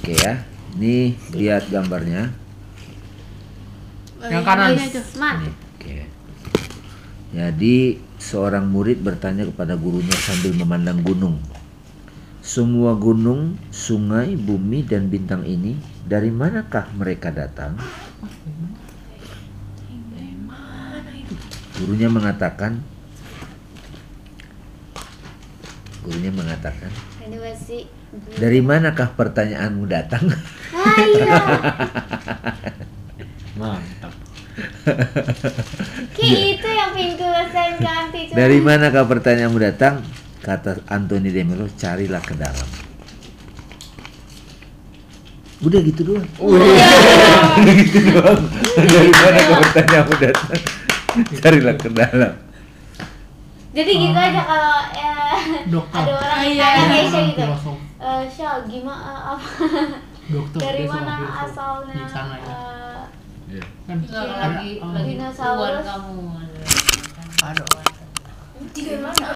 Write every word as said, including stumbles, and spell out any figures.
Oke ya. Nih lihat gambarnya. Yang kanan. Oke. Jadi seorang murid bertanya kepada gurunya sambil memandang gunung. Semua gunung, sungai, bumi, dan bintang ini, dari manakah mereka datang? Gurunya mengatakan, gurunya mengatakan, dari manakah pertanyaanmu datang? Mantap. Kayak itu yang pintu saya ganti. Dari manakah pertanyaanmu datang? Kata Anthony de Mello, carilah ke dalam. Udah gitu doang. Udah gitu doang. Dari manakah pertanyaanmu datang? Carilah ke dalam. Jadi gitu aja kalau ya, ada orang yang tanya Keisha gitu. Eh, Syah, gimana apa? Dokter, Dari dia mana sama asalnya? di sana ya. eh, Kan lagi lagi dinosaurus kamu ada di mana?